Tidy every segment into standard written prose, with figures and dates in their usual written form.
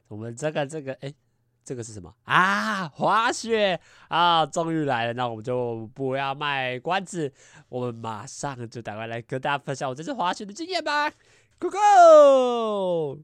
我们这个这个是什么啊？滑雪啊，终于来了！那我们就不要卖关子，我们马上就赶快来跟大家分享我这次滑雪的经验吧 ！Go go！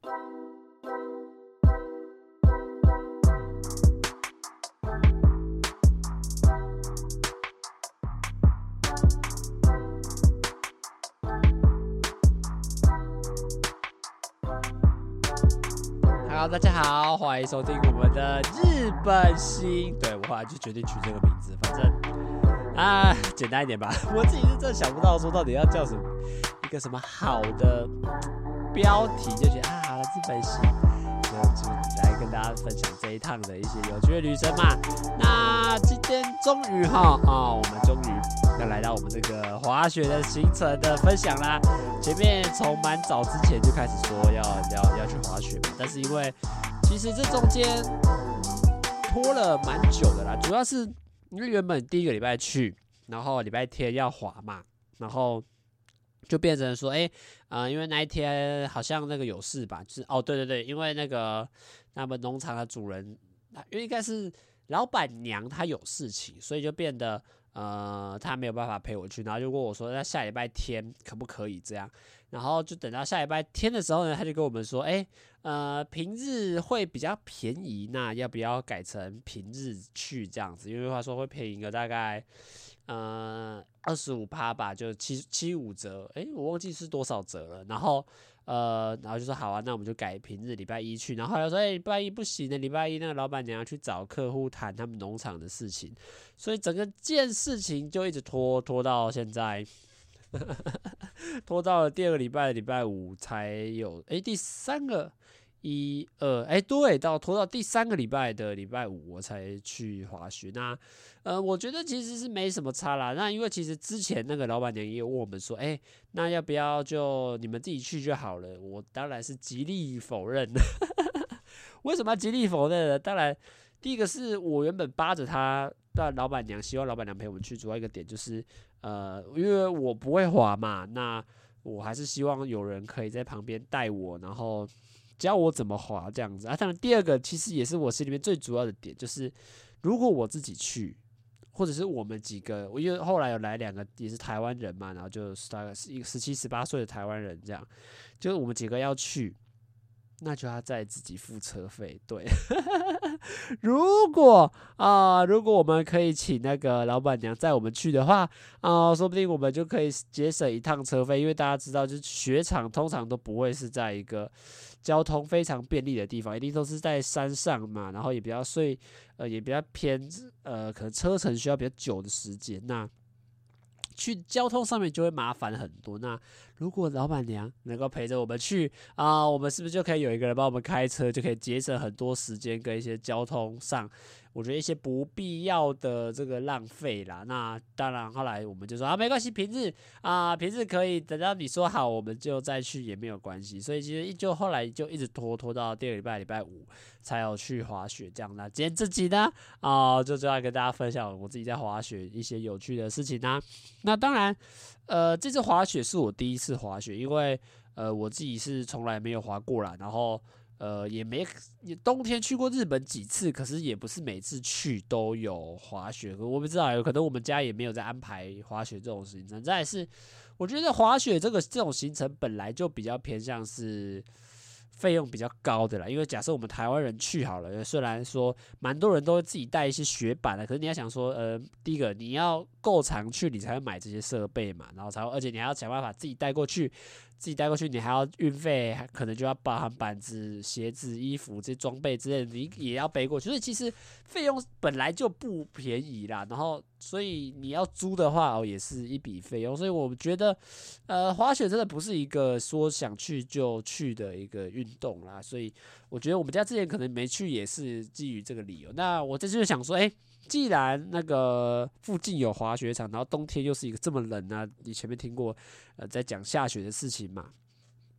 Hello， 大家好，欢迎收听我们的日本行。对，我后来就决定取这个名字，反正简单一点吧。我自己是真的想不到说到底要叫什么一个什么好的标题，就觉得好了，日本行，就来跟大家分享这一趟的一些有趣的旅程嘛。那今天终于我们终于要来到我们这个滑雪的行程的分享啦。前面从蛮早之前就开始说要去滑雪嘛，但是因为其实这中间拖了蛮久的啦，主要是因为原本第一个礼拜去，然后礼拜天要滑嘛，然后就变成说，因为那一天好像那个有事吧，就是对，因为那个他们农场的主人，因为应该是老板娘她有事情，所以就变得他没有办法陪我去，然后就问我说，那下礼拜天可不可以这样？然后就等到下礼拜天的时候呢，他就跟我们说，平日会比较便宜，那要不要改成平日去这样子？因为他说会便宜个大概25%吧，就75折，我忘记是多少折了。然后就说好啊，那我们就改平日礼拜一去。然后后来说，礼拜一不行的，礼拜一那个老板娘要去找客户谈他们农场的事情，所以整个件事情就一直拖到现在。拖到了第二个礼拜的礼拜五才有，第三个对，拖到第三个礼拜的礼拜五我才去滑雪。那我觉得其实是没什么差啦。那因为其实之前那个老板娘也有问我们说，那要不要就你们自己去就好了？我当然是极力否认。为什么要极力否认呢？当然，第一个是我原本扒着他，但老板娘希望老板娘陪我们去，主要一个点就是，因为我不会滑嘛，那我还是希望有人可以在旁边带我，然后教我怎么滑这样子啊。当然，第二个其实也是我心里面最主要的点，就是如果我自己去，或者是我们几个，因为后来有来2个也是台湾人嘛，然后就大概是一个17、18岁的台湾人这样，就是我们几个要去。那就要再自己付车费，对。如果我们可以请那个老板娘载我们去的话，说不定我们就可以节省一趟车费，因为大家知道，就是雪场通常都不会是在一个交通非常便利的地方，一定都是在山上嘛，然后也比较也比较偏可能车程需要比较久的时间，那去交通上面就会麻烦很多。那如果老板娘能够陪着我们去我们是不是就可以有一个人帮我们开车，就可以节省很多时间跟一些交通上，我觉得一些不必要的这个浪费啦。那当然后来我们就说没关系，平日可以等到你说好我们就再去也没有关系。所以其实就后来就一直拖到第二个礼拜礼拜五才有去滑雪这样。那今天这集呢就要跟大家分享我自己在滑雪一些有趣的事情啊。那当然这次滑雪是我第一次滑雪，因为我自己是从来没有滑过啦，然后也冬天去过日本几次，可是也不是每次去都有滑雪。我不知道，有可能我们家也没有在安排滑雪这种行程。再来是，我觉得滑雪这种行程本来就比较偏向是费用比较高的啦，因为假设我们台湾人去好了，虽然说蛮多人都会自己带一些雪板的，可是你要想说，第一个你要够常去，你才会买这些设备嘛，然后而且你还要想办法自己带过去，你还要运费，可能就要包含板子、鞋子、衣服这些装备之类的，你也要背过去，所以其实费用本来就不便宜啦。然后，所以你要租的话也是一笔费用。所以我觉得，滑雪真的不是一个说想去就去的一个运动啦。所以我觉得我们家之前可能没去，也是基于这个理由。那我这次就想说，既然那个附近有滑雪场，然后冬天又是一个这么冷啊，你前面听过在讲下雪的事情嘛？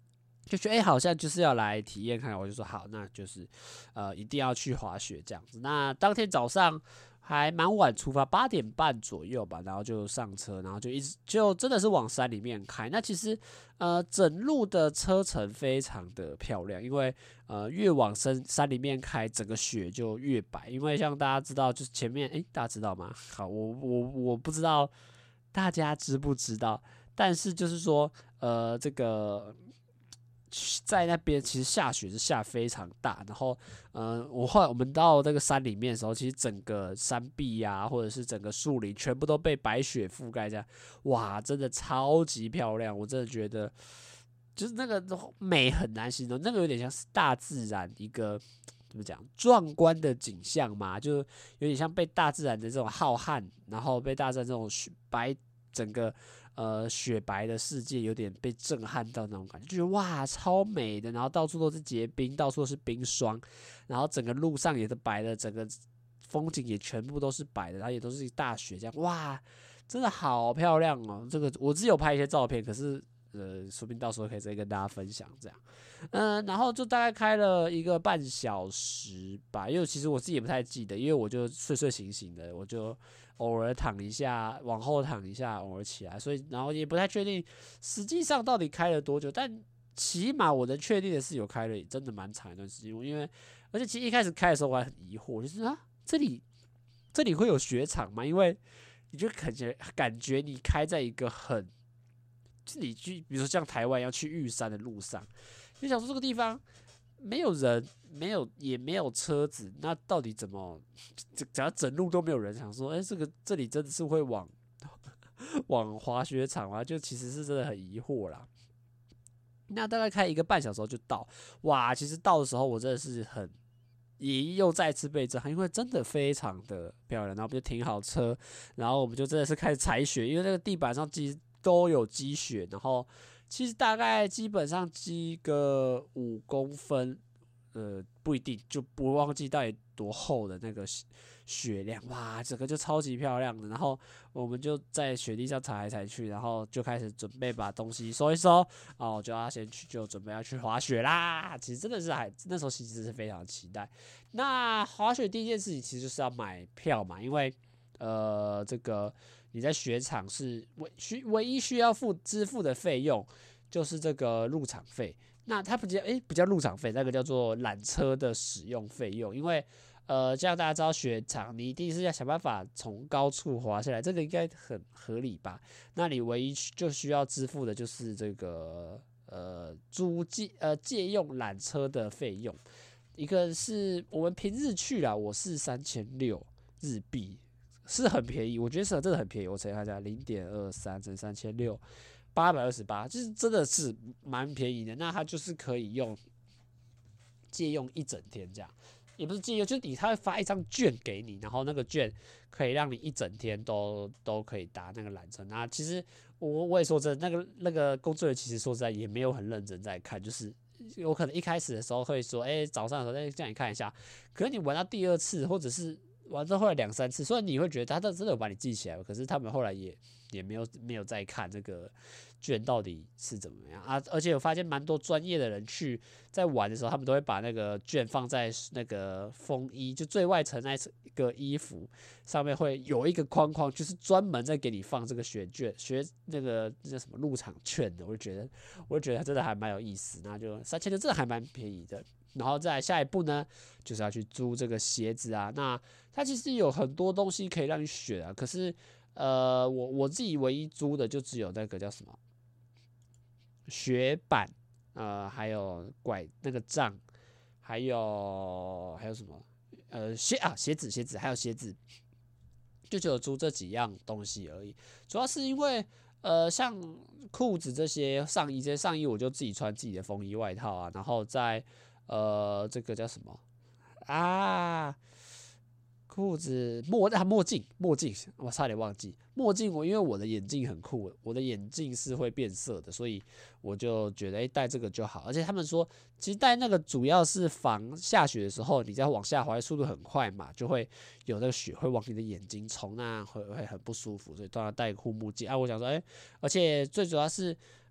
就觉得好像就是要来体验看看，我就说好，那就是一定要去滑雪这样子。那当天早上还蛮晚出发，8点半左右吧，然后就上车，然后就一直就真的是往山里面开。那其实整路的车程非常的漂亮，因为越往山里面开，整个雪就越白。因为像大家知道，就是前面大家知道吗？好，我不知道大家知不知道，但是就是说这个。在那边其实下雪是下非常大，然后后来我们到那个山里面的时候，其实整个山壁呀、或者是整个树林全部都被白雪覆盖，这样哇，真的超级漂亮，我真的觉得就是那个美很难形容，那个有点像是大自然一个怎么讲壮观的景象嘛，就有点像被大自然的这种浩瀚，然后被大自然这种白整个雪白的世界有点被震撼到那种感觉，就觉得哇超美的，然后到处都是结冰，到处都是冰霜，然后整个路上也是白的，整个风景也全部都是白的，然后也都是大雪这样，哇，真的好漂亮哦！这个我只有拍一些照片，可是说不定到时候可以再跟大家分享这样。然后就大概开了1个半小时吧，因为其实我自己也不太记得，因为我就睡睡醒醒的，我就偶尔躺一下，往后躺一下，偶尔起来，所以然后也不太确定实际上到底开了多久，但起码我能确定的是有开了真的蛮长一段时间，因为而且其实一开始开的时候我还很疑惑，就是这里会有雪场吗？因为你就感觉你开在一个就你去比如说像台湾要去玉山的路上。就想说这个地方没有人，也没有车子，那到底怎么？只要整路都没有人，想说，这里真的是会往滑雪场吗？就其实是真的很疑惑啦。那大概开1个半小时后就到，哇！其实到的时候我真的是也又再次被震撼，因为真的非常的漂亮。然后我们就停好车，然后我们就真的是开始踩雪，因为那个地板上其实都有积雪，然后。其实大概基本上积个5公分，不一定，就不忘记到底多厚的那个雪量，哇，整个就超级漂亮的。然后我们就在雪地上踩来踩去，然后就开始准备把东西收一收，哦，就要先去，就准备要去滑雪啦。其实真的是那时候其实是非常期待。那滑雪第一件事情其实就是要买票嘛，因为这个。你在雪场是唯一需要支付的费用，就是这个入场费。那它不叫入场费，那个叫做缆车的使用费用。因为这样大家知道雪场，你一定是要想办法从高处滑下来，这个应该很合理吧？那你唯一就需要支付的就是这个借用缆车的费用。一个是我们平日去啦，我是3600日币。是很便宜，我觉得真的很便宜。我乘一下，0.23乘3600，828，就是真的是蛮便宜的。那它就是可以借用1整天这样，也不是借用，就是他会发一张券给你，然后那个券可以让你1整天都可以搭那个缆车。那其实我也说真的，那个工作人员其实说实在也没有很认真在看，就是有可能一开始的时候会说，早上的时候叫你看一下，可是你玩到第2次或者是。完之后后来2、3次，虽然你会觉得他真的有把你记起来，可是他们后来也没有再看这个卷到底是怎么样啊。而且我发现蛮多专业的人在玩的时候，他们都会把那个卷放在那个风衣，就最外层那个衣服上面会有一个框框，就是专门在给你放这个雪那个叫什么入场券的。我就觉得真的还蛮有意思，那就3000真的还蛮便宜的。然后再来下一步呢，就是要去租这个鞋子啊。那它其实有很多东西可以让你选啊，可是我自己唯一租的就只有那个叫什么雪板，还有那个杖，还有什么鞋子还有鞋子，就只有租这几样东西而已。主要是因为像裤子这些上衣我就自己穿自己的风衣外套啊，然后这个叫什么啊？裤子墨镜，我差点忘记墨镜。因为我的眼镜很酷，我的眼镜是会变色的，所以我就觉得戴这个就好。而且他们说，其实戴那个主要是防下雪的时候，你在往下滑速度很快嘛，就会有那个雪会往你的眼睛冲，那会很不舒服，所以都要戴护目镜啊。我想说，而且最主要是。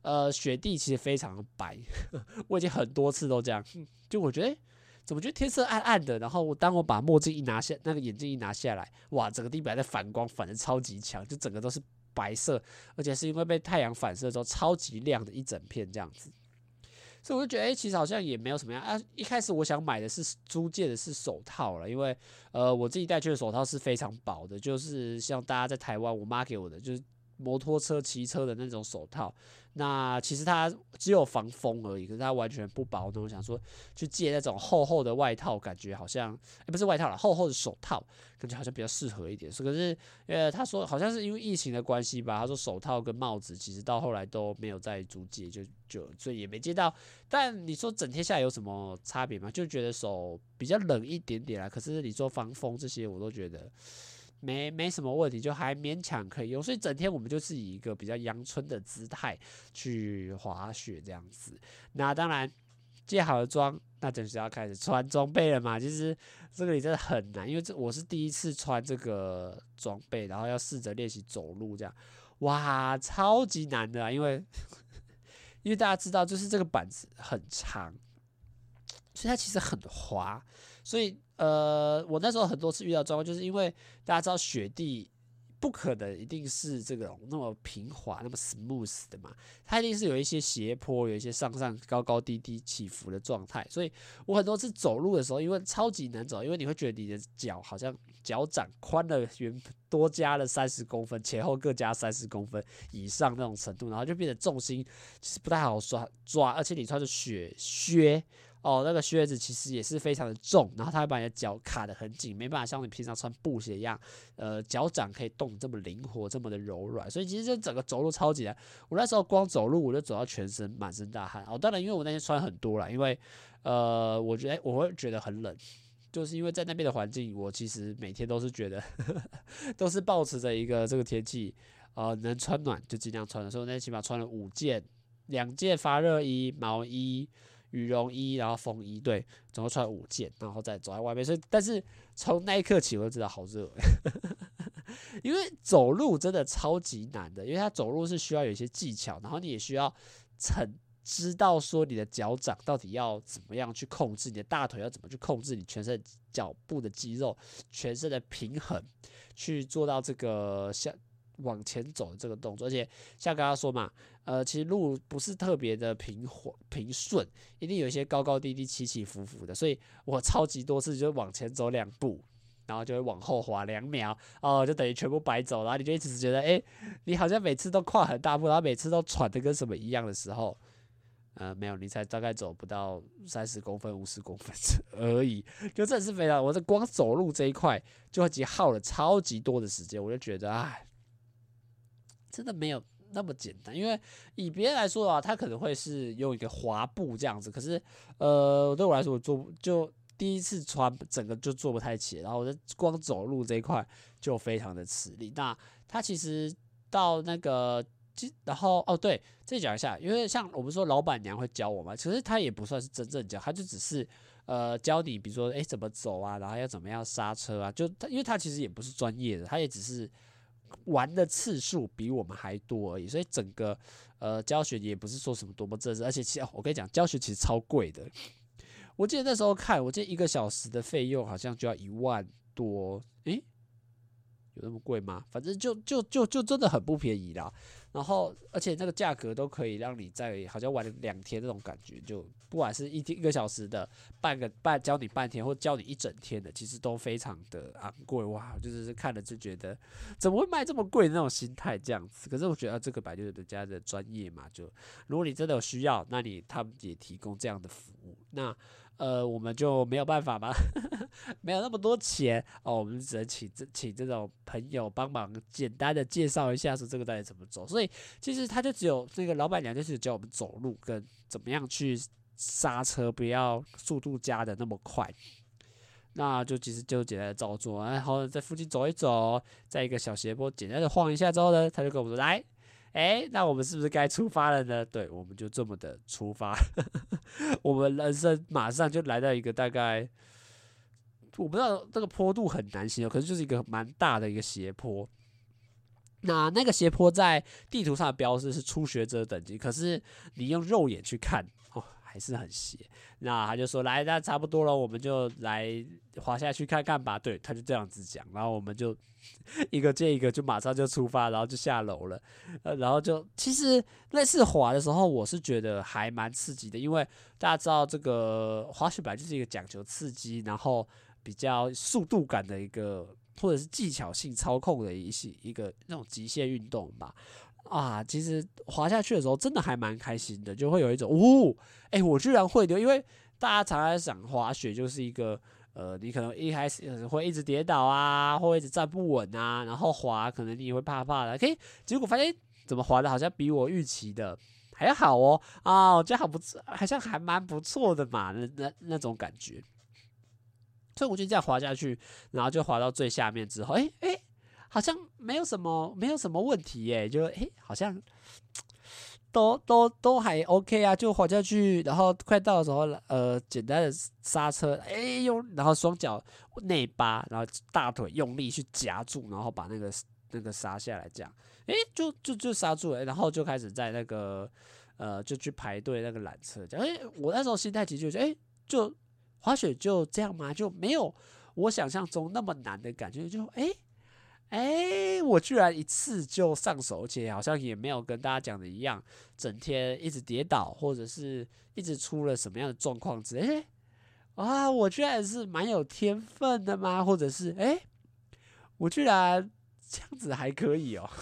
雪地其实非常的白，我已经很多次都这样，就我觉得。怎么觉得天色暗暗的？然后当我把墨镜一拿下，那个眼镜一拿下来，哇，整个地板在反光，反的超级强，就整个都是白色，而且是因为被太阳反射之后超级亮的一整片这样子。所以我就觉得，其实好像也没有什么样啊。一开始我想买的是租借的是手套了，因为我自己带去的手套是非常薄的，就是像大家在台湾我妈给我的，就是摩托车骑车的那种手套。那其实它只有防风而已，可是它完全不薄。那我想说，去借那种厚厚的外套，感觉好像，不是外套啦，厚厚的手套，感觉好像比较适合一点。可是，他说好像是因为疫情的关系吧，他说手套跟帽子其实到后来都没有再租借，所以也没借到。但你说整天下来有什么差别吗？就觉得手比较冷一点点啦。可是你说防风这些，我都觉得。没什么问题，就还勉强可以用，所以整天我们就是以一个比较阳春的姿态去滑雪这样子。那当然借好了装，那就是要开始穿装备了嘛。其实这个也真的很难，因为我是第一次穿这个装备，然后要试着练习走路这样，哇，超级难的啊！因为大家知道，就是这个板子很长，所以它其实很滑，所以我那时候很多次遇到状况，就是因为大家知道雪地不可能一定是这种那么平滑、那么 smooth 的嘛，它一定是有一些斜坡，有一些上上高高低低起伏的状态。所以我很多次走路的时候，因为超级难走，因为你会觉得你的脚好像脚掌宽了多加了30公分，前后各加30公分以上那种程度，然后就变得重心其实不太好抓，而且你穿着雪靴。那个靴子其实也是非常的重，然后它会把你的脚卡得很紧，没办法像你平常穿布鞋一样，脚掌可以动这么灵活，这么的柔软，所以其实就整个走路超级难。我那时候光走路我就走到全身满身大汗。当然因为我那天穿很多啦，因为我觉得我会觉得很冷，就是因为在那边的环境，我其实每天都是觉得都是抱持着一个这个天气，能穿暖就尽量穿的，所以我那天起码穿了5件，2件发热衣、毛衣。羽绒衣，然后风衣，对，总共穿5件，然后再走在外面。所以，但是从那一刻起，我就知道好热，因为走路真的超级难的，因为它走路是需要有一些技巧，然后你也需要知道说你的脚掌到底要怎么样去控制，你的大腿要怎么去控制你全身脚部的肌肉，全身的平衡，去做到这个往前走的这个动作。而且像刚刚说嘛，其实路不是特别的平顺，一定有一些高高低低、起起伏伏的，所以我超级多次就往前走2步，然后就会往后滑2秒，就等于全部白走，然后你就一直觉得，你好像每次都跨很大步，然后每次都喘得跟什么一样的时候，没有，你才大概走不到30公分、50公分而已，就真的是非常，我这光走路这一块就已经耗了超级多的时间，我就觉得，真的没有那么简单。因为以别人来说的话，他可能会是用一个滑步这样子，可是对我来说，就第一次穿整个就做不太起来，然后我就光走路这一块就非常的吃力。那他其实到那个。然后对，这讲一下，因为像我们说老板娘会教我嘛，其实他也不算是真正教，他就只是教你，比如说怎么走啊，然后要怎么样刹车啊，因为他其实也不是专业的，他也只是玩的次数比我们还多而已，所以整个教学也不是说什么多么正式，而且其实我跟你讲，教学其实超贵的。我记得那时候看，我记得1个小时的费用好像就要1万多，有那么贵吗？反正就真的很不便宜啦。然后，而且那个价格都可以让你在好像玩2天那种感觉，就不管是1个小时的，教你半天，或教你1整天的，其实都非常的昂贵哇！就是看了就觉得怎么会卖这么贵的那种心态这样子。可是我觉得这个本来就是人家的专业嘛，就如果你真的有需要，那他们也提供这样的服务，那我们就没有办法嘛，没有那么多钱我们只能请这种朋友帮忙简单的介绍一下说这个到底怎么走。所以其实他就只有那个老板娘就是教我们走路跟怎么样去刹车，不要速度加的那么快。那就其实就简单的照做，然后在附近走一走，在一个小斜坡简单的晃一下之后呢，他就跟我们说来。那我们是不是该出发了呢？对，我们就这么的出发，我们人生马上就来到一个大概，我不知道这个坡度很难形容，可是就是一个蛮大的一个斜坡。 那个斜坡在地图上的标示是初学者等级，可是你用肉眼去看，还是很斜。那他就说来，那差不多了，我们就来滑下去看看吧。对，他就这样子讲，然后我们就一个接一个就马上就出发，然后就下楼了。然后就其实类似滑的时候，我是觉得还蛮刺激的，因为大家知道这个滑雪本来就是一个讲求刺激，然后比较速度感的一个。或者是技巧性操控的一个那种极限运动吧，其实滑下去的时候真的还蛮开心的，就会有一种我居然会的，因为大家常常想滑雪就是一个你可能一开始会一直跌倒啊，或一直站不稳啊，然后滑可能你也会怕怕的，结果发现怎么滑的好像比我预期的还好哦，我觉得好像还蛮不错的嘛，那种感觉。所以我就这样滑下去，然后就滑到最下面之后，好像没有什么问题耶，就好像都还 OK 啊，就滑下去，然后快到的时候，简单的刹车，然后双脚内八，然后大腿用力去夹住，然后把那个刹下来，这样，就刹住了，然后就开始在那个就去排队那个缆车，这样，我那时候心态其实就是就。滑雪就这样吗？就没有我想象中那么难的感觉，就我居然一次就上手，而且好像也没有跟大家讲的一样，整天一直跌倒，或者是一直出了什么样的状况之类。我居然是蛮有天分的吗？或者是我居然这样子还可以哦，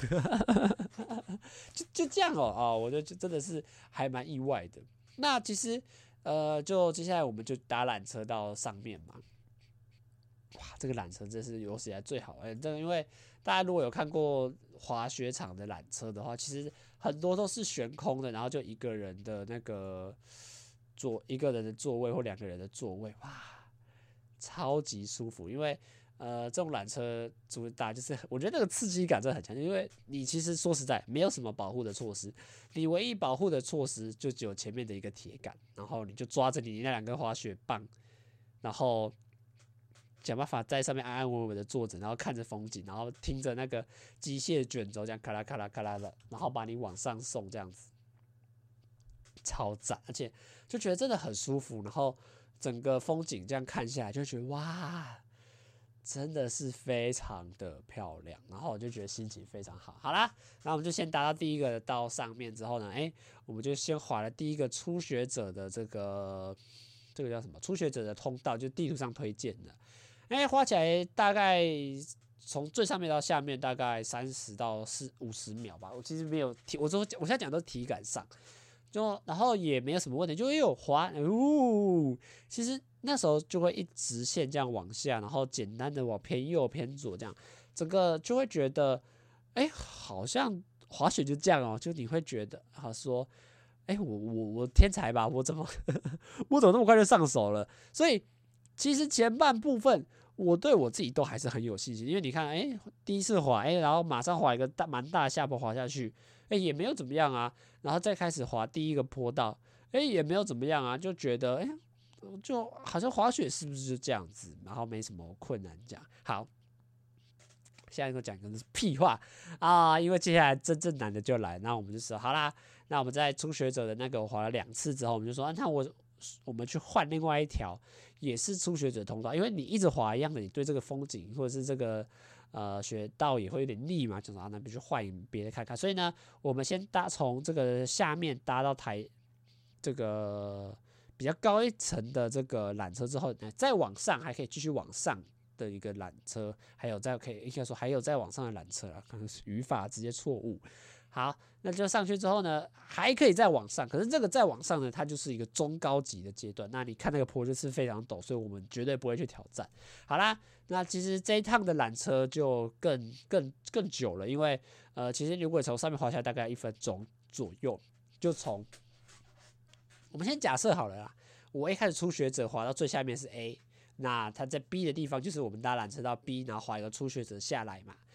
就这样哦，我就真的是还蛮意外的。那其实。就接下来我们就搭缆车到上面嘛。哇，这个缆车真是有史以来最好。因为大家如果有看过滑雪场的缆车的话，其实很多都是悬空的，然后就一个人的那个一个人的座位或两个人的座位，哇，超级舒服。因为这种缆车主打就是我觉得那个刺激感真的很强，因为你其实说实在没有什么保护的措施，你唯一保护的措施就只有前面的一个铁杆，然后你就抓着你那两根滑雪棒，然后想办法在上面安安稳稳的坐着，然后看着风景，然后听着那个机械卷轴这样咔啦咔啦咔啦的，然后把你往上送，这样子超赞，而且就觉得真的很舒服，然后整个风景这样看下来，就觉得哇。真的是非常的漂亮，然后我就觉得心情非常好。好啦，那我们就先搭到第一个到上面之后呢，我们就先滑了第一个初学者的这个叫什么？初学者的通道，就地图上推荐的。滑起来大概从最上面到下面大概30到50秒吧。我其实没有我现在讲都是体感上。然后也没有什么问题，就有滑，其实那时候就会一直线这样往下，然后简单的往偏右偏左这样，整个就会觉得，好像滑雪就这样哦，就你会觉得，说，我天才吧，我怎么那么快就上手了？所以其实前半部分我对我自己都还是很有信心，因为你看，第一次滑，然后马上滑一个蛮大的下坡滑下去。也没有怎么样啊，然后再开始滑第一个坡道，也没有怎么样啊，就觉得就好像滑雪是不是就这样子，然后没什么困难这样。好，下一个讲的是屁话因为接下来真正难的就来，那我们就说好啦，那我们在初学者的那个滑了2次之后，我们就说那我们去换另外一条也是初学者通道，因为你一直滑一样的，你对这个风景或者是这个。雪道也会有点腻嘛，就说那必须换别的看看。所以呢，我们先从这个下面搭到这个比较高一层的这个缆车之后，再往上还可以继续往上的一个缆车，还有应该说还有再往上的缆车啦，可能是语法直接错误。好，那就上去之后呢，还可以再往上，可是这个再往上呢，它就是一个中高级的阶段。那你看那个坡就是非常陡，所以我们绝对不会去挑战。好啦。那其实这一趟的缆车就更久了，因为其实如果从上面滑下来大概1分钟左右，就从我们先假设好了啦，我一开始初学者滑到最下面是 A， 那他在 B 的地方就是我们搭缆车到 B， 然后滑一个初学者下来嘛。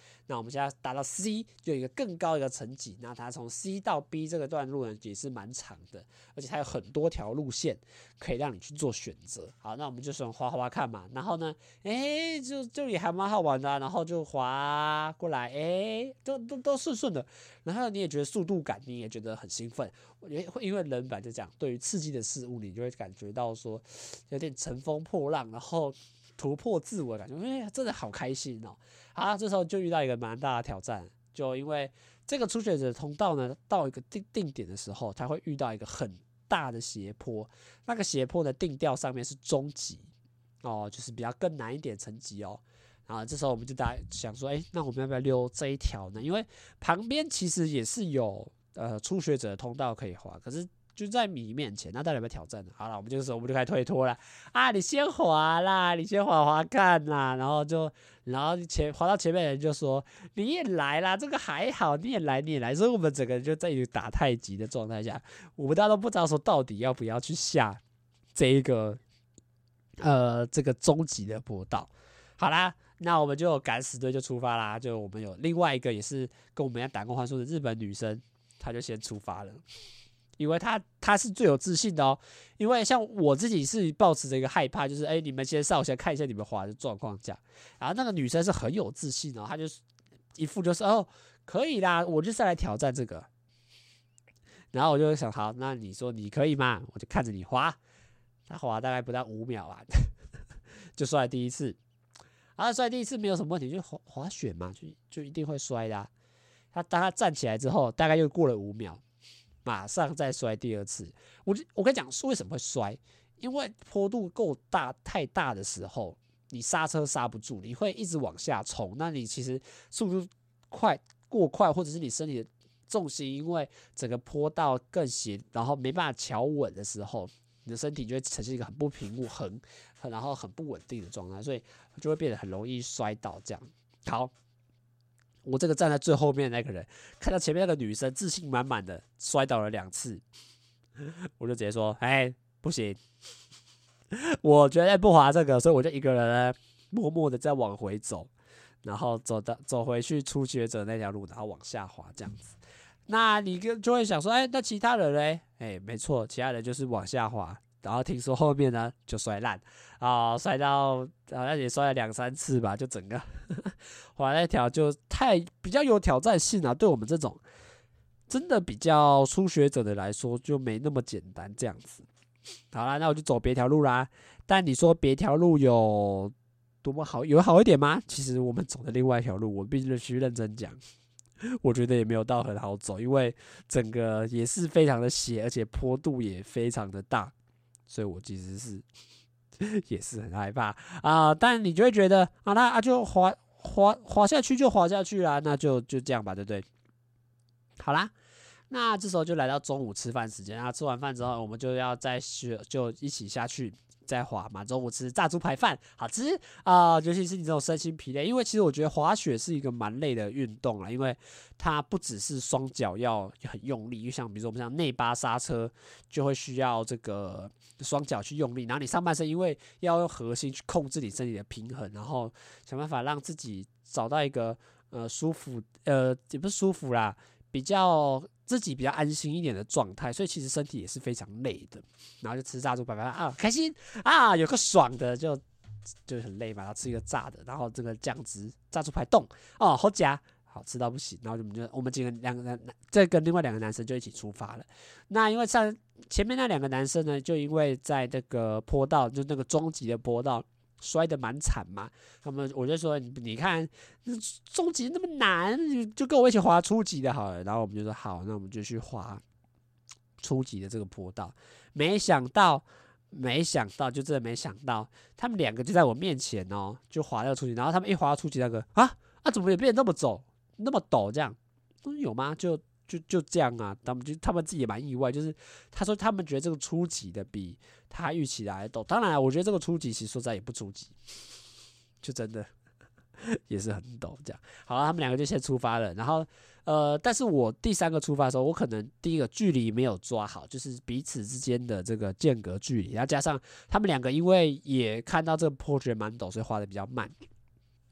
那我们现在达到 C， 就有一个更高的一个层级。那它从 C 到 B 这个段路呢，也是蛮长的，而且它有很多条路线可以让你去做选择。好，那我们就先滑滑看嘛。然后呢，就也还蛮好玩的然后就滑过来，都顺顺的。然后你也觉得速度感，你也觉得很兴奋。因为人本来就这样，对于刺激的事物，你就会感觉到说有点乘风破浪，然后突破自我的感觉，真的好开心哦！好，这时候就遇到一个蛮大的挑战，就因为这个初学者通道呢，到一个定点的时候，他会遇到一个很大的斜坡，那个斜坡的定调上面是中级哦，就是比较更难一点层级哦。然后这时候我们就大家想说，那我们要不要溜这一条呢？因为旁边其实也是有初学者的通道可以滑，可是就在你面前，那到底有没有挑战呢？好了，我们就开始推脱了啊！你先滑啦，你先滑看啦，然后滑到前面的人就说你也来啦，这个还好，你也来，所以我们整个人就在一个打太极的状态下，我们大家都不知道说到底要不要去下这一个这个终极的坡道。好啦，那我们就敢死队就出发啦。就我们有另外一个也是跟我们一样打工换宿的日本女生，她就先出发了，因为她是最有自信的哦。因为像我自己是抱持着一个害怕，就是你们先上，我先看一下你们滑的状况这样。然后那个女生是很有自信哦，她就是一副就是可以啦，我就是来挑战这个。然后我就想，好，那你说你可以吗？我就看着你滑，她滑大概不到5秒啊，就摔第一次。摔第一次没有什么问题，就滑雪嘛，就一定会摔的当他站起来之后，大概又过了5秒，马上再摔第二次。我跟你讲，为什么会摔？因为坡度够大，太大的时候，你刹车刹不住，你会一直往下冲。那你其实速度过快，或者是你身体的重心因为整个坡道更斜，然后没办法调稳的时候，你的身体就会呈现一个很不平衡、然后很不稳定的状态，所以就会变得很容易摔倒。这样好，我这个站在最后面的那个人，看到前面那个女生自信满满的摔倒了2次，我就直接说：“不行，我绝对不滑这个。”所以我就一个人呢，默默的再往回走，然后走回去初学者那条路，然后往下滑这样子。那你就会想说，那其他人嘞？没错，其他人就是往下滑，然后听说后面呢就摔烂摔到好像也摔了2-3次吧，就整个滑那条就比较有挑战性啊，对我们这种真的比较初学者的来说就没那么简单这样子。好啦，那我就走别条路啦。但你说别条路有多么好，有好一点吗？其实我们走的另外一条路，我必须认真讲。我觉得也没有到很好走，因为整个也是非常的斜，而且坡度也非常的大，所以我其实是也是很害怕但你就会觉得那就滑下去就滑下去啦，那就这样吧，对不对？好啦，那这时候就来到中午吃饭时间吃完饭之后，我们就要就一起下去。在滑嘛，中午吃炸猪排饭，好吃尤其是你这种身心疲累，因为其实我觉得滑雪是一个蛮累的运动啦，因为它不只是双脚要很用力，就像比如说我们像内八刹车，就会需要这个双脚去用力，然后你上半身因为要用核心去控制你身体的平衡，然后想办法让自己找到一个舒服也不是舒服啦，自己比较安心一点的状态，所以其实身体也是非常累的。然后就吃炸猪排饭开心有个爽的，就很累嘛，然后吃一个炸的，然后这个酱汁炸猪排冻好夹，好吃到不行。然后我们两个人再跟另外2个男生就一起出发了。那因为前面那2个男生呢，就因为在那个坡道，就那个终极的坡道。摔得蛮惨嘛，我就说你看终极那么难，就跟我一起滑初级的好了。然后我们就说好，那我们就去滑初级的这个坡道。没想到，就真的没想到，他们2个就在我面前就滑到初级。然后他们一滑到初级那个怎么也变得那么陡这样？有吗？就这样啊，他们自己也蛮意外，就是他说他们觉得这个初级的比他预期的还陡。当然我觉得这个初级其实说实在也不初级，就真的也是很陡这样。好他们2个就先出发了，然后但是我第3个出发的时候，我可能第一个距离没有抓好，就是彼此之间的这个间隔距离，然后加上他们2个因为也看到这个坡觉得蛮陡，所以滑得比较慢。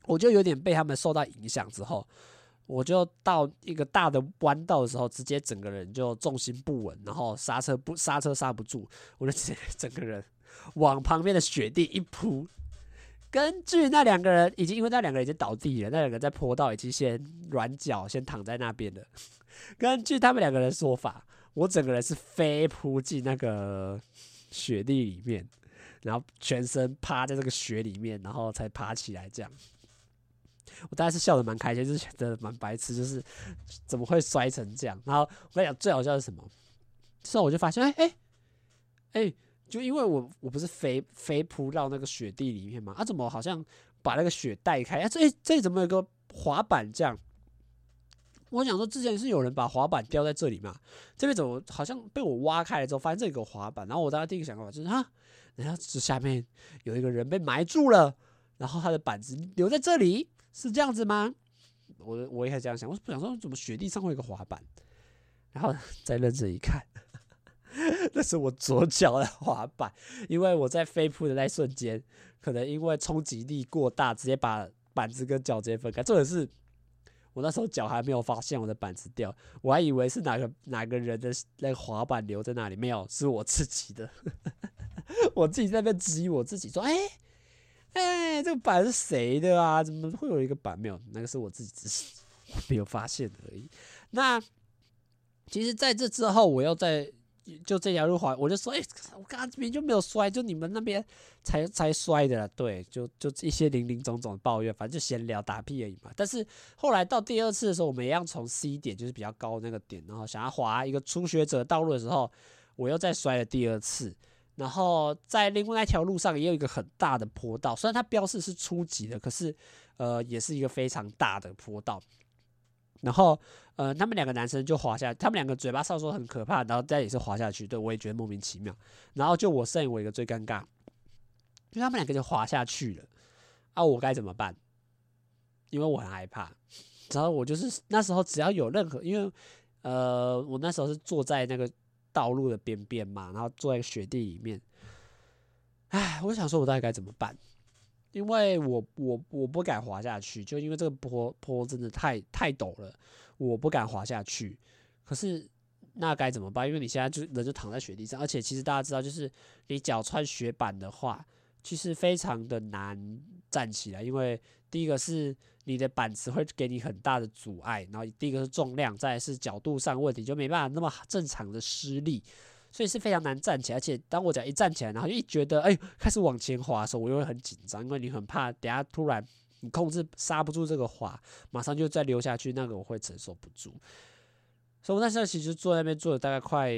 我就有点被他们受到影响之后，我就到一个大的弯道的时候，直接整个人就重心不稳，然后刹车刹不住，我就直接整个人往旁边的雪地一扑。根据那两个人因为那两个人已经倒地了，那两个人在坡道已经先软脚，先躺在那边了。根据他们两个人的说法，我整个人是飞扑进那个雪地里面，然后全身趴在这个雪里面，然后才爬起来这样。我当时是笑得蛮开心，就是觉得蛮白痴，就是怎么会摔成这样。然后我跟你讲，最好笑的是什么？之后我就发现，就因为我不是飞扑到那个雪地里面嘛，怎么好像把那个雪带开？这里怎么有个滑板这样？我想说，之前是有人把滑板吊在这里嘛，这边怎么好像被我挖开了之后，发现这里有个滑板？然后我当时第一个想法就是然后这下面有一个人被埋住了，然后他的板子留在这里，是这样子吗？我也开始这样想，我想说怎么雪地上会有一个滑板？然后再认真一看。那是我左脚的滑板，因为我在飞扑的那一瞬间，可能因为冲击力过大，直接把板子跟脚直接分开。重点是我那时候脚还没有发现我的板子掉，我还以为是哪个人的那个滑板留在那里，没有，是我自己的。我自己在那边质疑我自己，说：“这个板是谁的啊？怎么会有一个板？没有，那个是我自己只是没有发现而已。”那其实在这之后，我又就这条路滑，我就说，我刚刚这边就没有摔，就你们那边才摔的啦。对，就一些零零总总的抱怨，反正就闲聊打屁而已嘛。但是后来到第二次的时候，我们一样从 C 点，就是比较高的那个点，然后想要滑一个初学者道路的时候，我又再摔了第二次。然后在另外一条路上也有一个很大的坡道，虽然它标示是初级的，可是也是一个非常大的坡道。然后他们两个男生就滑下，他们两个嘴巴上说很可怕，然后再也是滑下去，对我也觉得莫名其妙。然后就我剩我一个最尴尬，就他们两个就滑下去了，我该怎么办？因为我很害怕。然后我就是那时候只要有任何，因为我那时候是坐在那个道路的边边嘛，然后坐在雪地里面，我就想说我到底该怎么办？因为我不敢滑下去，就因为这个坡真的太陡了，我不敢滑下去。可是那该怎么办？因为你现在人就躺在雪地上，而且其实大家知道，就是你脚穿雪板的话，其实非常的难站起来，因为第一个是你的板子会给你很大的阻碍，然后第一个是重量，再来是角度上问题，就没办法那么正常的施力。所以是非常难站起来，而且当我脚一站起来，然后一觉得开始往前滑的时候，我又会很紧张，因为你很怕等下突然你控制刹不住这个滑，马上就再溜下去，那个我会承受不住。所以我那时候其实坐在那边坐了大概快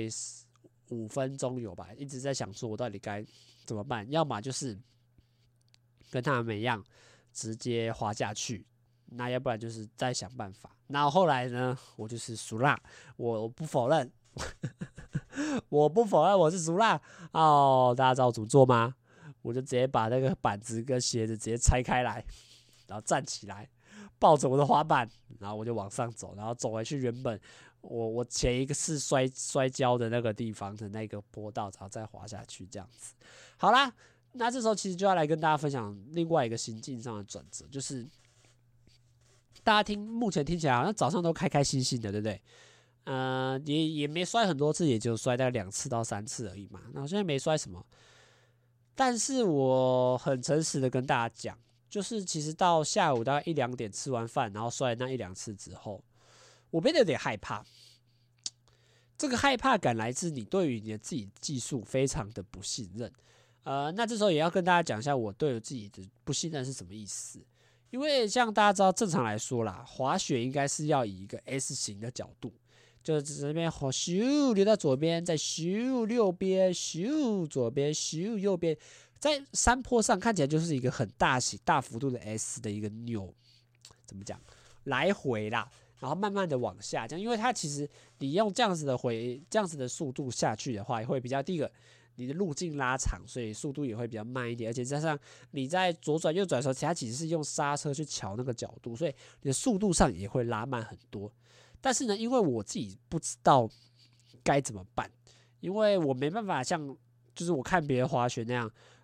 5分钟有吧，一直在想说我到底该怎么办，要么就是跟他们一样直接滑下去，那要不然就是再想办法。那后来呢，我就是输啦，我不否认。我不否认我是俗辣大家知道我怎么做吗？我就直接把那个板子跟鞋子直接拆开来，然后站起来，抱着我的滑板，然后我就往上走，然后走回去原本我前一个是摔跤的那个地方的那个坡道，然后再滑下去这样子。好啦，那这时候其实就要来跟大家分享另外一个心境上的转折，就是大家目前听起来好像早上都开开心心的，对不对？也没摔很多次，也就摔大概2次到3次而已嘛。那我现在没摔什么，但是我很诚实的跟大家讲，就是其实到下午大概1、2点吃完饭，然后摔那1、2次之后，我变得有点害怕。这个害怕感来自你对于你的自己技术非常的不信任。那这时候也要跟大家讲一下我对我自己的不信任是什么意思。因为像大家知道，正常来说啦，滑雪应该是要以一个 S 型的角度。就是这边咻溜到左边，再咻右边，咻左边，咻右边，在山坡上看起来就是一个很大幅度的 S 的一个扭，怎么讲？来回啦，然后慢慢的往下降，因为它其实你用这样子的速度下去的话，也会比较第一个你的路径拉长，所以速度也会比较慢一点，而且加上你在左转右转的时候，它其实是用刹车去调那个角度，所以你的速度上也会拉慢很多。但是呢，因为我自己不知道该怎么办，因为我没办法像就是我看别人滑雪那样，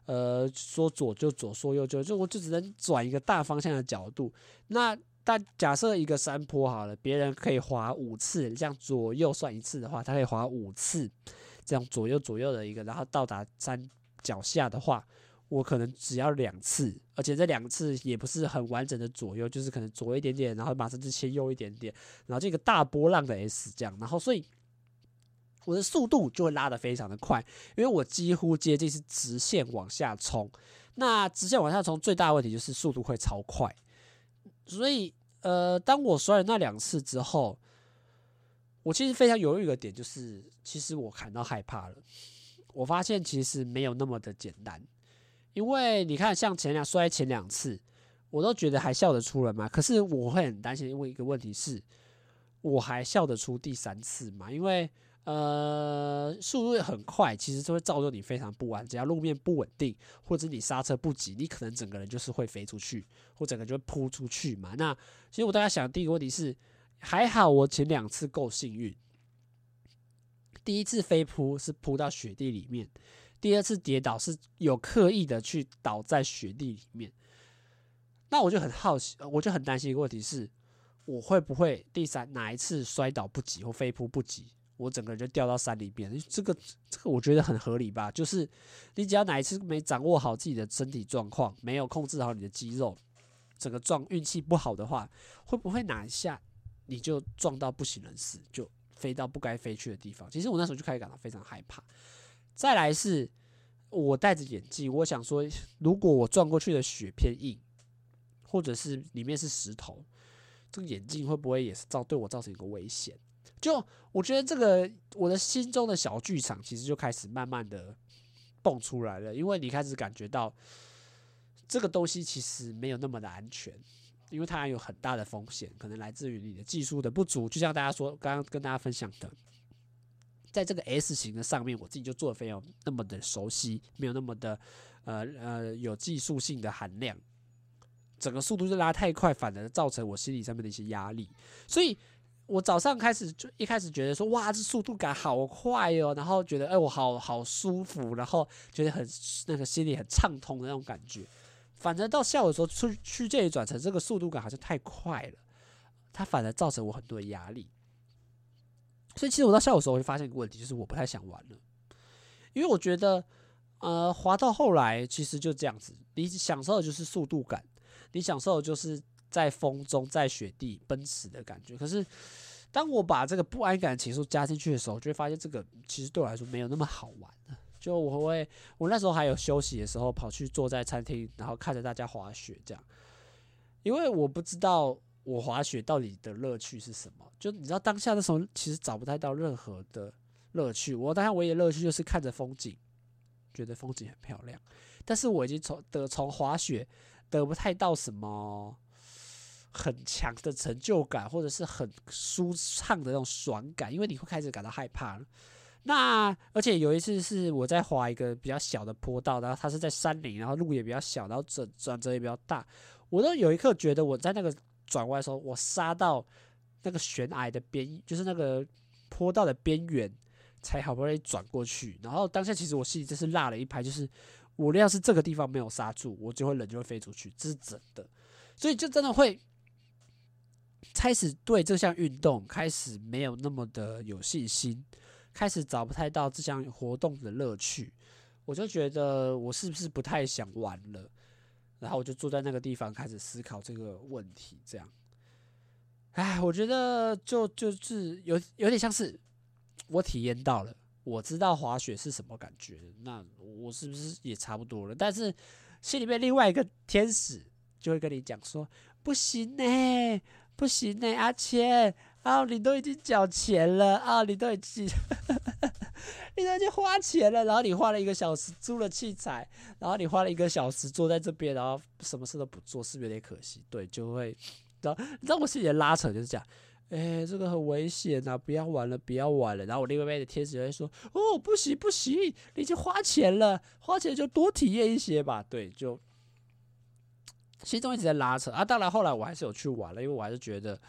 说左就左，说右就我就只能转一个大方向的角度。那但假设一个山坡好了，别人可以滑5次，这样左右算1次的话，他可以滑5次，这样左右的一个，然后到达山脚下的话，我可能只要2次，而且这2次也不是很完整的左右，就是可能左一点点，然后马上就切右一点点，然后这个大波浪的 S 这样，然后所以我的速度就会拉得非常的快，因为我几乎接近是直线往下冲。那直线往下冲最大的问题就是速度会超快，所以当我摔了那2次之后，我其实非常犹豫的点就是，其实我感到害怕了。我发现其实没有那么的简单，因为你看，像摔前2次，我都觉得还笑得出来嘛。可是我会很担心，因为一个问题是，我还笑得出第3次嘛？因为速度很快，其实就会造就你非常不安。只要路面不稳定，或者你刹车不及，你可能整个人就是会飞出去，或整个就会扑出去嘛。那其实我大概想的第一个问题是，还好我前2次够幸运。第1次飞扑是扑到雪地里面，第2次跌倒是有刻意的去倒在雪地里面。那我就很好奇，我就很担心一个问题是，我会不会哪一次摔倒不及或飞扑不及，我整个人就掉到山里面？这个我觉得很合理吧？就是你只要哪一次没掌握好自己的身体状况，没有控制好你的肌肉，整个运气不好的话，会不会哪一下你就撞到不省人事，就飞到不该飞去的地方？其实我那时候就开始感到非常害怕。再来是我戴着眼镜，我想说，如果我撞过去的雪偏硬，或者是里面是石头，这个眼镜会不会也是对我造成一个危险？就我觉得这个我的心中的小剧场其实就开始慢慢的蹦出来了，因为你开始感觉到这个东西其实没有那么的安全，因为它有很大的风险，可能来自于你的技术的不足。就像大家说，刚刚跟大家分享的，在这个 S 型的上面，我自己就做的没有那么的熟悉，没有那么的有技术性的含量，整个速度就拉太快，反而造成我心理上面的一些压力。所以我早上一开始觉得说，哇，这速度感好快哦，然后觉得我好舒服，然后觉得很心里很畅通的那种感觉。反正到下午的时候，去这里转成这个速度感好像太快了，它反而造成我很多的压力。所以其实我到下午的时候，我会发现一个问题，就是我不太想玩了，因为我觉得滑到后来其实就这样子，你享受的就是速度感，你享受的就是在风中在雪地奔驰的感觉。可是当我把这个不安感的情绪加进去的时候，就会发现这个其实对我来说没有那么好玩了。就我那时候还有休息的时候，跑去坐在餐厅，然后看着大家滑雪这样，因为我不知道我滑雪到底的乐趣是什么。就你知道当下的时候，其实找不太到任何的乐趣。我当下唯一的乐趣就是看着风景，觉得风景很漂亮。但是我已经从滑雪得不太到什么很强的成就感，或者是很舒畅的那种爽感，因为你会开始感到害怕了。那而且有一次是我在滑一个比较小的坡道，然后它是在山林，然后路也比较小，然后转折也比较大。我都有一刻觉得我在那个转弯的时候，我刹到那个悬崖的边，就是那个坡道的边缘，才好不容易转过去。然后当下其实我心里真是落了一拍，就是我要是这个地方没有刹住，我人就会飞出去，这是真的。所以就真的会开始对这项运动开始没有那么的有信心，开始找不太到这项活动的乐趣。我就觉得我是不是不太想玩了，然后我就坐在那个地方开始思考这个问题。这样，我觉得就是有点像是我体验到了，我知道滑雪是什么感觉，那我是不是也差不多了？但是心里面另外一个天使就会跟你讲说，不行欸，不行欸，阿谦你都已经缴钱了你都已经你都已经花钱了，然后你花了1个小时租了器材，然后你花了1个小时坐在这边，然后什么事都不做，是不是有点可惜？对，就会，你知道我心里的拉扯就是这样。这个很危险啊！不要玩了，不要玩了。然后我另外一边的天使就会说：“不行不行，你已经花钱了，花钱就多体验一些吧。”对，就心中一直在拉扯啊。当然后来我还是有去玩了，因为我还是觉得，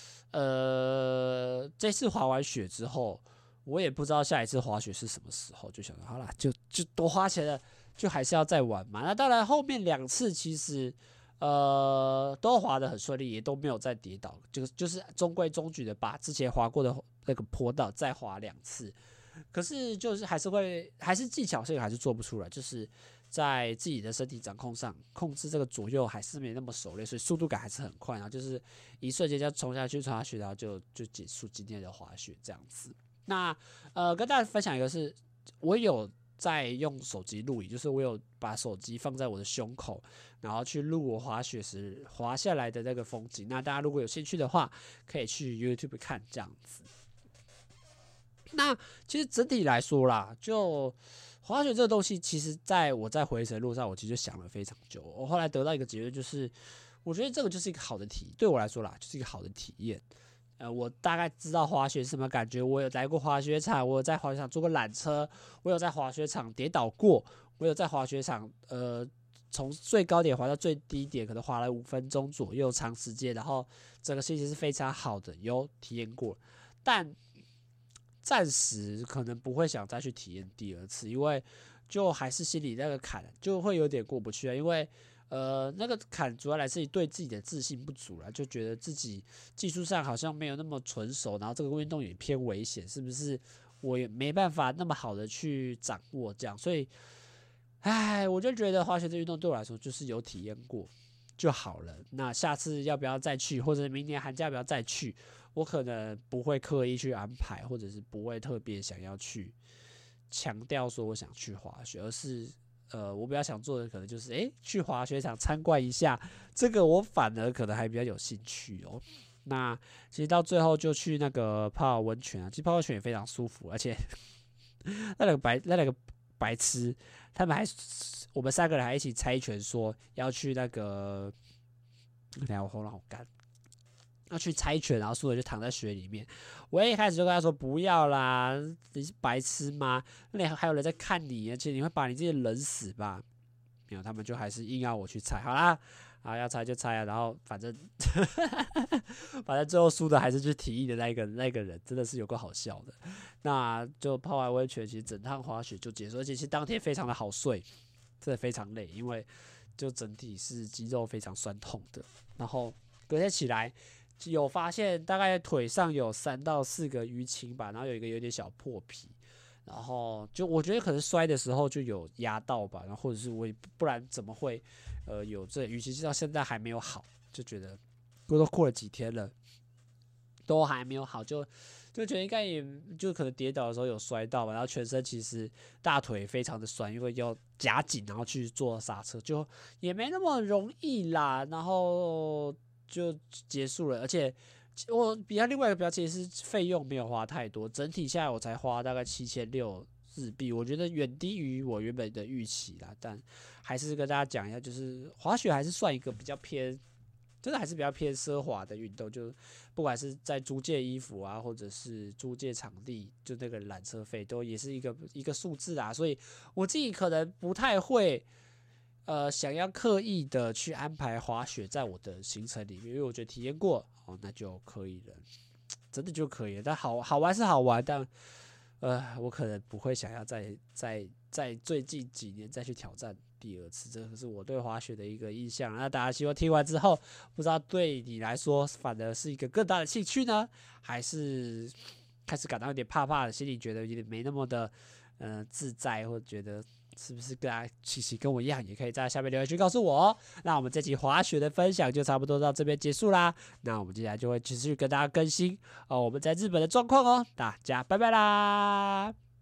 这次滑完雪之后，我也不知道下一次滑雪是什么时候，就想说好啦，就多花钱了， 就还是要再玩嘛。那当然后面2次其实都滑得很顺利，也都没有再跌倒，就是中规中矩的把之前滑过的那个坡道再滑2次。可是就是还是技巧性还是做不出来，就是在自己的身体掌控上控制这个左右还是没那么熟练，所以速度感还是很快，然后就是一瞬间就冲下去，然后就结束今天的滑雪这样子。那跟大家分享一个是，我有在用手机录影，就是我有把手机放在我的胸口，然后去录我滑雪时滑下来的那个风景。那大家如果有兴趣的话，可以去 YouTube 看这样子。那其实整体来说啦，就滑雪这个东西，其实在我在回程路上，我其实就想了非常久。我后来得到一个结论，就是我觉得这个就是一个好的对我来说啦，就是一个好的体验。我大概知道滑雪是什么感觉，我有来过滑雪场，我有在滑雪场坐过缆车，我有在滑雪场跌倒过，我有在滑雪场从最高点滑到最低点，可能滑了5分钟左右长时间，然后整个心情是非常好的，有体验过，但暂时可能不会想再去体验第2次，因为就还是心里那个坎就会有点过不去啊。因为那个坎主要来自于对自己的自信不足啦，就觉得自己技术上好像没有那么纯熟，然后这个运动也偏危险，是不是我也没办法那么好的去掌握这样，所以我就觉得滑雪这运动对我来说就是有体验过就好了。那下次要不要再去，或者明年寒假要不要再去，我可能不会刻意去安排，或者是不会特别想要去强调说我想去滑雪，而是我比较想做的可能就是去滑雪场参观一下，这个我反而可能还比较有兴趣哦。那其实到最后就去那个泡温泉啊，其实泡温泉也非常舒服，而且那两个白痴，我们3个人还一起猜拳说要去那个，等一下我喉咙好干。要去猜拳，然后输了就躺在水里面。我一开始就跟他说不要啦，你是白痴吗？那里还有人在看你，而且你会把你自己冷死吧？没有，他们就还是硬要我去猜。好啦，要猜就猜啊。然后反正最后输的还是去提议的那个人，真的是有够好笑的。那就泡完温泉，其实整趟滑雪就结束，而且其实当天非常的好睡，真的非常累，因为就整体是肌肉非常酸痛的。然后隔天起来。有发现大概腿上有3到4个淤青吧，然后有一个有点小破皮，然后就我觉得可能摔的时候就有压到吧，然后或者是我也不然怎么会有这淤青，到现在还没有好，就觉得都过了几天了，都还没有好，就觉得应该也就可能跌倒的时候有摔到吧，然后全身其实大腿非常的酸，因为要夹紧然后去做刹车，就也没那么容易啦，然后。就结束了，而且我另外一个比较其实是费用没有花太多，整体下来我才花大概7600日币，我觉得远低于我原本的预期啦。但还是跟大家讲一下，就是滑雪还是算一个比较偏，真的还是比较偏奢华的运动，就不管是在租借衣服啊，或者是租借场地，就那个缆车费都也是一个数字啊，所以我自己可能不太会。想要刻意的去安排滑雪在我的行程里面，因为我觉得体验过那就可以了，真的就可以了。但好玩是好玩，但我可能不会想要在最近几年再去挑战第2次，这个是我对滑雪的一个印象。那大家希望听完之后，不知道对你来说反而是一个更大的兴趣呢，还是开始感到有点怕怕的，心里觉得有点没那么的自在，或者觉得。是不是其实跟我一样，也可以在下面留言区告诉我哦。那我们这期滑雪的分享就差不多到这边结束啦。那我们接下来就会持续跟大家更新我们在日本的状况哦。大家拜拜啦！